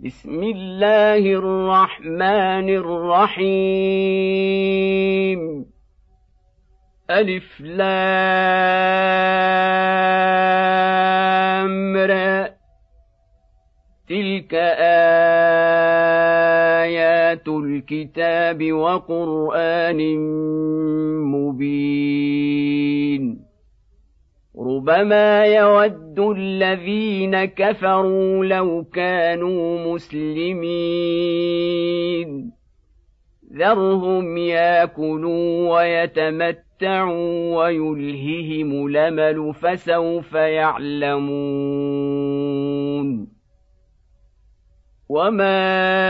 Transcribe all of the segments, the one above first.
بسم الله الرحمن الرحيم ألف لام را تلك آيات الكتاب وقرآن مبين ربما يود الذين كفروا لو كانوا مسلمين ذرهم ياكلوا ويتمتعوا ويلههم الأمل فسوف يعلمون وما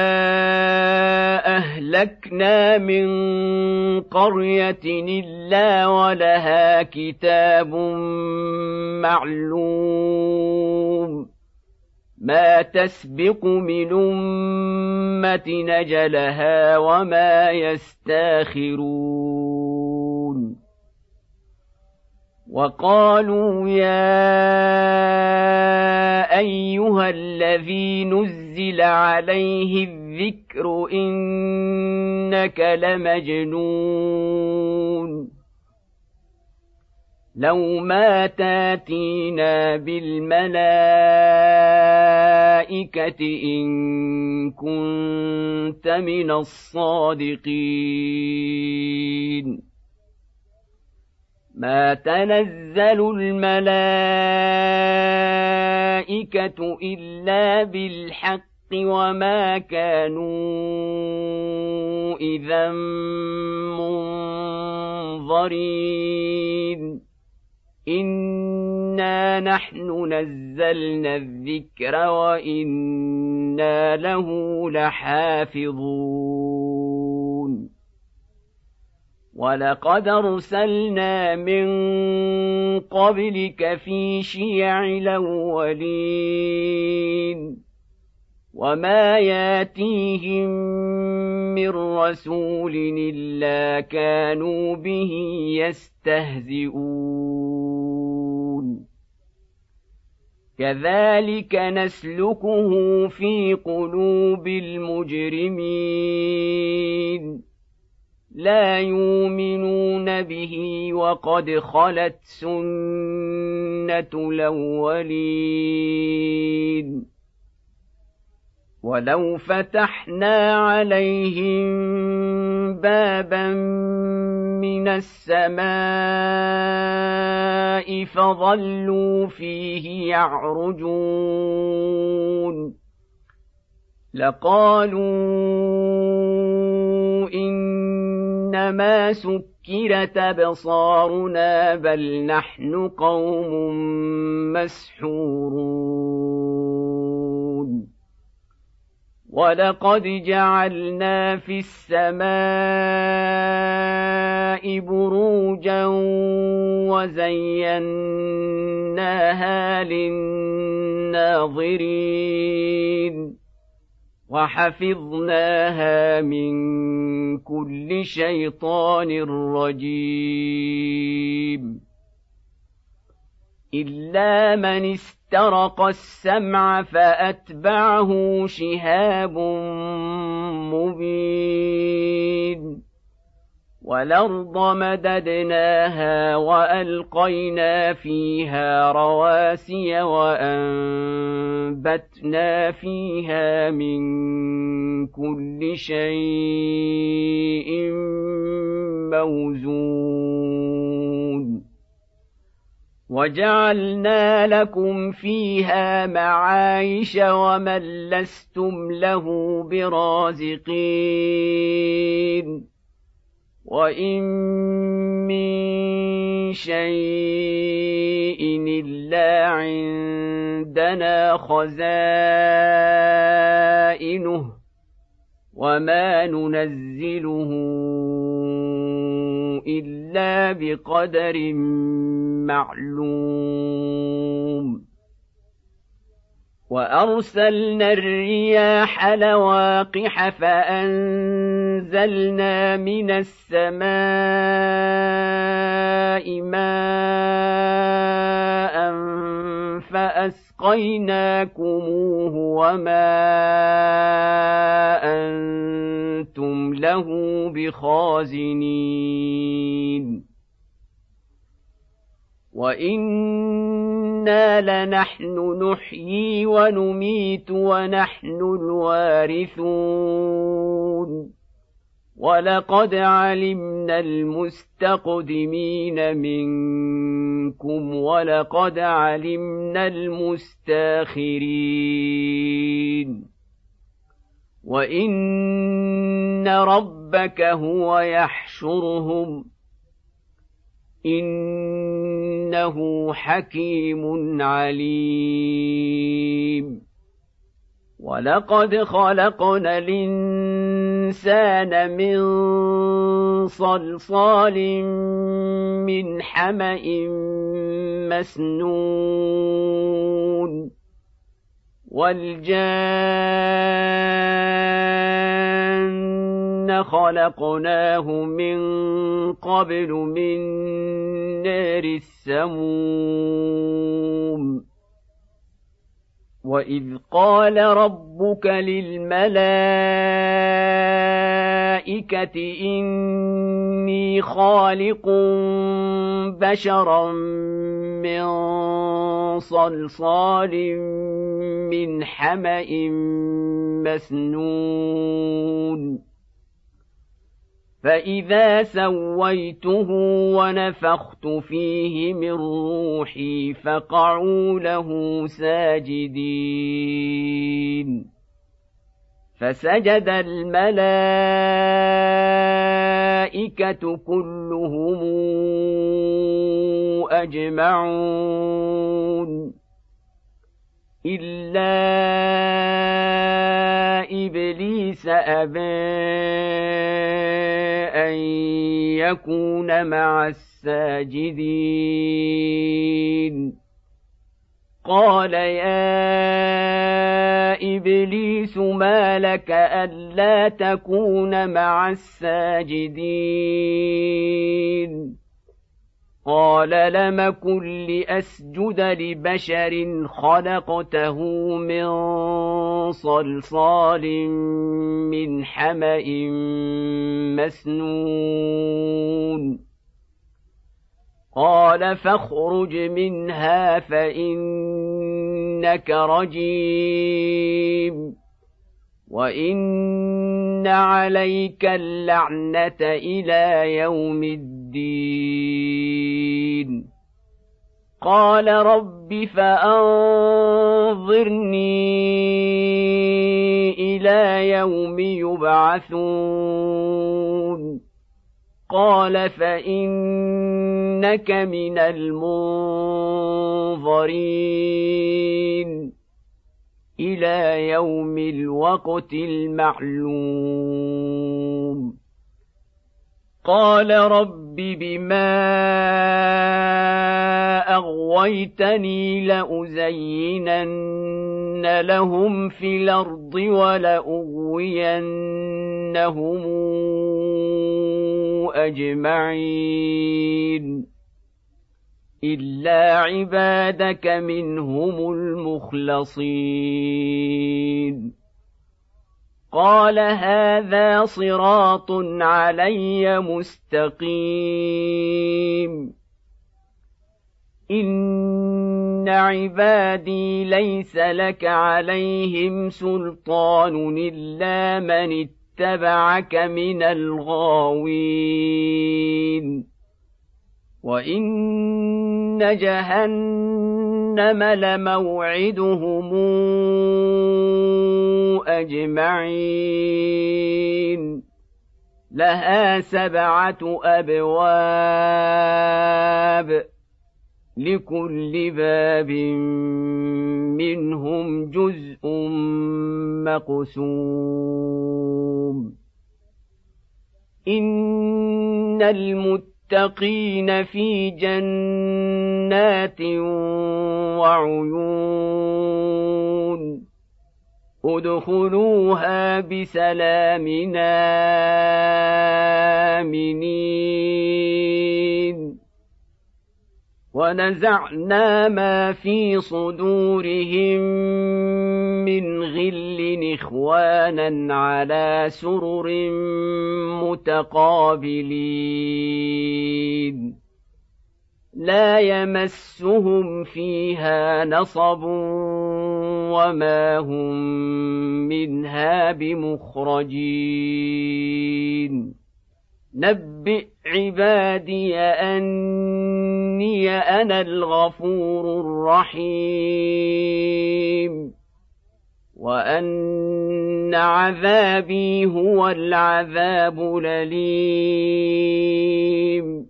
أهلكنا من قرية إلا ولها كتاب معلوم ما تسبق من أمة نجلها وما يستاخرون وقالوا يا أيها الذي نزل عليه الذكر إنك لمجنون لو ما تاتينا بالملائكة إن كنت من الصادقين ما تنزل الملائكة إلا بالحق وما كانوا إذا منظرين إنا نحن نزلنا الذكر وإنا له لحافظون ولقد أرسلنا من قبلك في شيع الأولين وما ياتيهم من رسول إلا كانوا به يستهزئون كذلك نسلكه في قلوب المجرمين لا يؤمنون به وقد خلت سنة الأولين ولو فتحنا عليهم بابا من السماء فظلوا فيه يعرجون لقالوا إنما سكرت أبصارنا بل نحن قوم مسحورون ولقد جعلنا في السماء بروجا وزيناها للناظرين وحفظناها من كل شيطان رجيم إلا من استرق السمع فأتبعه شهاب مبين والأرض مددناها وألقينا فيها رواسي وأنبتنا فيها من كل شيء موزون وجعلنا لكم فيها معايش ومن لستم له برازقين وإن من شيء إلا عندنا خزائنه وما ننزله إلا بقدر معلوم وأرسلنا الرياح لواقح فأنزلنا من السماء ماء أسقيناكموه وما أنتم له بخازنين وإنا لنحن نحيي ونميت ونحن الوارثون ولقد علمنا المستقدمين منكم ولقد علمنا المستاخرين وإن ربك هو يحشرهم إنه حكيم عليم ولقد خلقنا الإنسان من صلصال من حمأ مسنون والجان خلقناه من قبل من نار السموم وإذ قال ربك للملائكة إني خالق بشرا من صلصال من حمأ مسنون فإذا سويته ونفخت فيه من روحي فقعوا له ساجدين فسجد الملائكة كلهم أجمعون إلا إبليس أبى أن يكون مع الساجدين قال يا إبليس ما لك ألا تكون مع الساجدين قال لم أكن لأسجد لبشر خلقته من صلصال من حمأ مسنون قال فاخرج منها فإنك رجيم وإن عليك اللعنة إلى يوم الدين قال رب فأنظرني إلى يوم يبعثون قال فإنك من المنظرين إلى يوم الوقت المعلوم قال رب بما أغويتني لأزينن لهم في الأرض ولأغوينهم أجمعين إلا عبادك منهم المخلصين قال هذا صراط علي مستقيم إن عبادي ليس لك عليهم سلطان إلا من اتبعك من الغاوين وإن جهنم لموعدهم أجمعين لها 7 أبواب لكل باب منهم جزء مقسوم إن المتقين في جنات وعيون ادخلوها بسلام آمنين ونزعنا ما في صدورهم من غل إخوانا على سرر متقابلين لا يمسهم فيها نصب وما هم منها بمخرجين نبئ عبادي أني أنا الغفور الرحيم وأن عذابي هو العذاب الأليم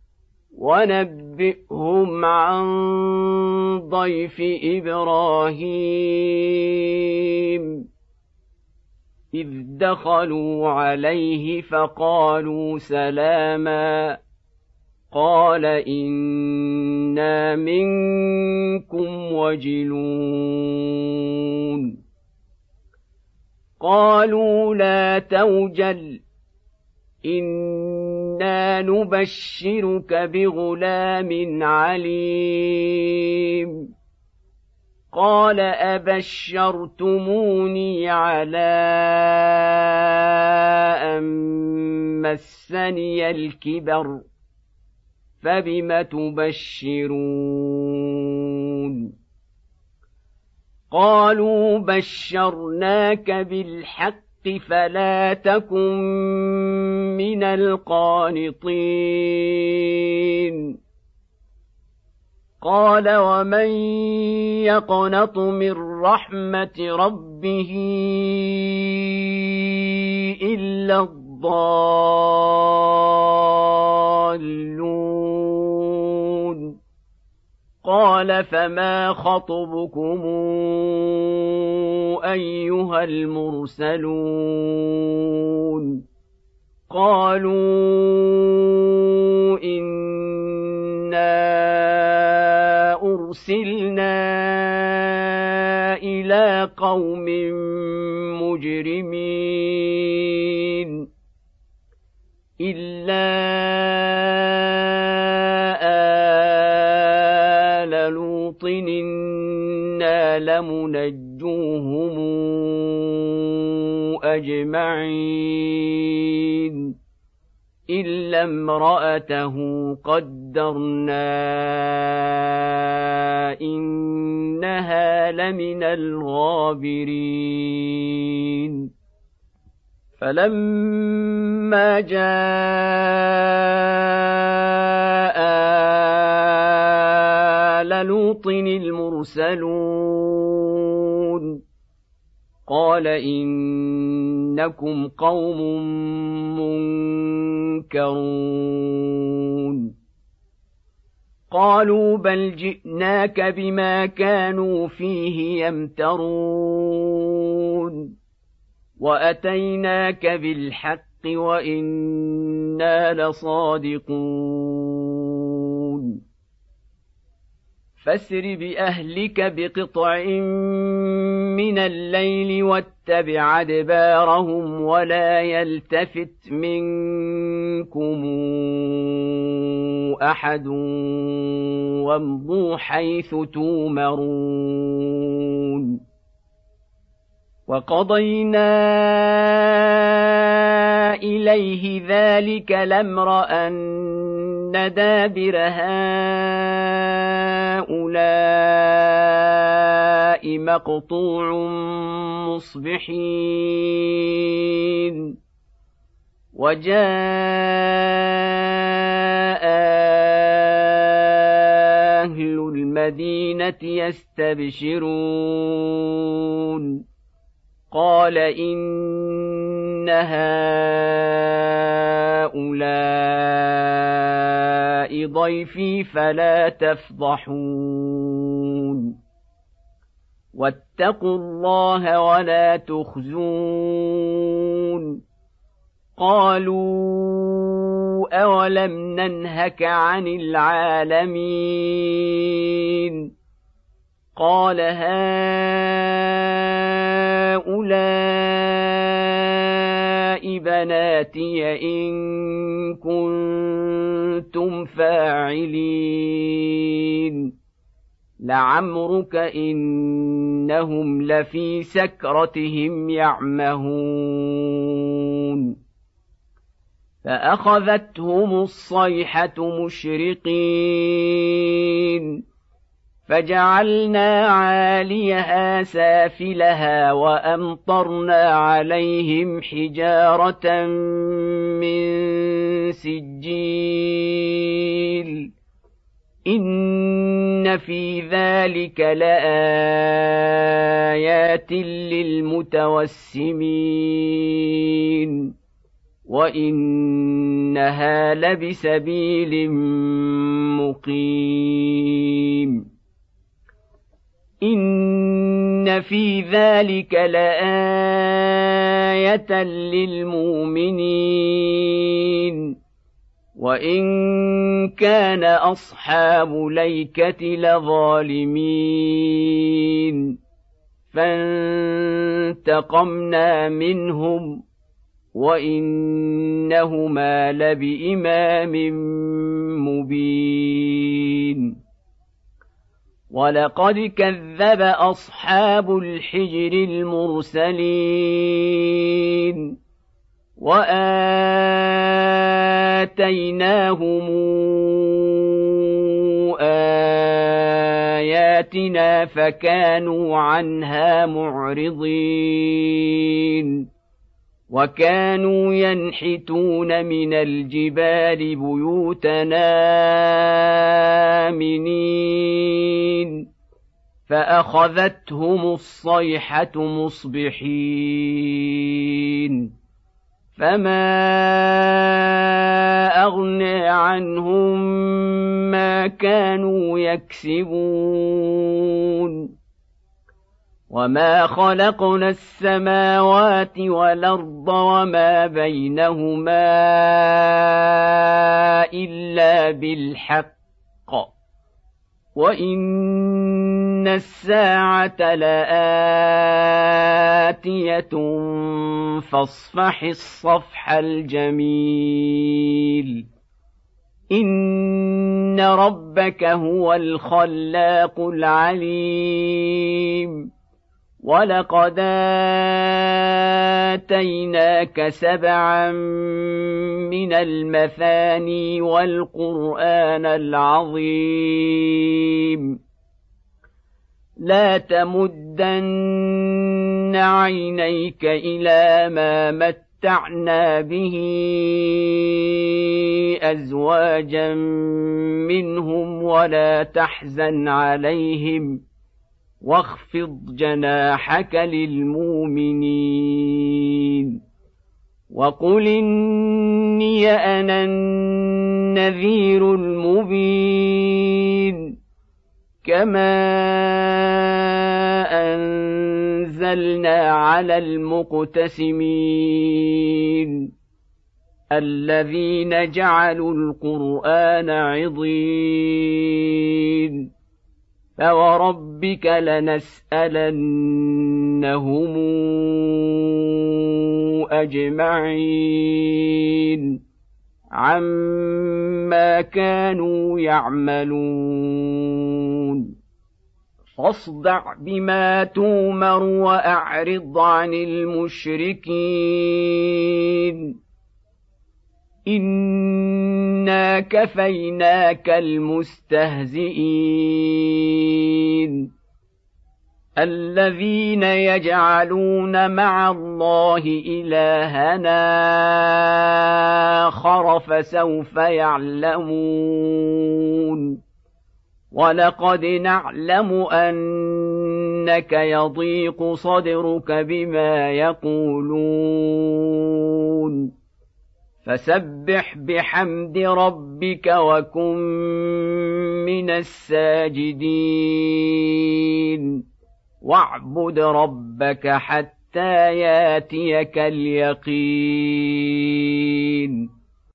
ونبئهم عن ضيف إبراهيم إذ دخلوا عليه فقالوا سلاما قال إنا منكم وجلون قالوا لا توجل إنا نبشرك بغلام عليم قال أبشرتموني على أن مسني الكبر فبم تبشرون قالوا بشرناك بالحق فلا تكن من القانطين قال ومن يقنط من رحمة ربه إلا الضالون قال فما خطبكم أيها المرسلون قالوا إنا أرسلنا إلى قوم مجرمين إلا آل لوط إنا لمنجوهم أجمعين إلا امرأته قدرنا إنها لمن الغابرين فلما جاء آل لوط المرسلون قال إنكم قوم منكرون قالوا بل جئناك بما كانوا فيه يمترون وأتيناك بالحق وإنا لصادقون فاسر بأهلك بقطع من الليل واتبع أدبارهم ولا يلتفت منكم أحد وامضوا حيث تومرون وقضينا إليه ذلك الأمر أن دابر هؤلاء مقطوع مصبحين وجاء أهل المدينة يستبشرون قال إن هؤلاء ضيفي فلا تفضحون واتقوا الله ولا تخزون قالوا أولم ننهك عن العالمين قال هؤلاء بناتي إن كنتم فاعلين لعمرك إنهم لفي سكرتهم يعمهون فأخذتهم الصيحة مشرقين فجعلنا عاليها سافلها وأمطرنا عليهم حجارة من سجيل إن في ذلك لآيات للمتوسمين وإنها لبسبيل مقيم إن في ذلك لآية للمؤمنين وإن كان أصحاب ليكة لظالمين فانتقمنا منهم وإنهما لبإمام مبين ولقد كذب أصحاب الحجر المرسلين وآتيناهم آياتنا فكانوا عنها معرضين وكانوا ينحتون من الجبال بيوتنا آمنين فأخذتهم الصيحة مصبحين فما أغنى عنهم ما كانوا يكسبون وما خلقنا السماوات والأرض وما بينهما إلا بالحق وإن الساعة لآتية فاصفح الصفح الجميل إن ربك هو الخلاق العليم ولقد آتيناك 7 من المثاني والقرآن العظيم لا تمدن عينيك إلى ما متعنا به أزواجا منهم ولا تحزن عليهم واخفض جناحك للمؤمنين وقل إني أنا النذير المبين كما أنزلنا على المقتسمين الذين جعلوا القرآن عضين فوربك لنسألنهم أجمعين عما كانوا يعملون فاصدع بما تومر وأعرض عن المشركين إنا كفيناك المستهزئين الذين يجعلون مع الله إلهنا آخر فسوف يعلمون ولقد نعلم أنك يضيق صدرك بما يقولون فسبح بحمد ربك وكن من الساجدين واعبد ربك حتى ياتيك اليقين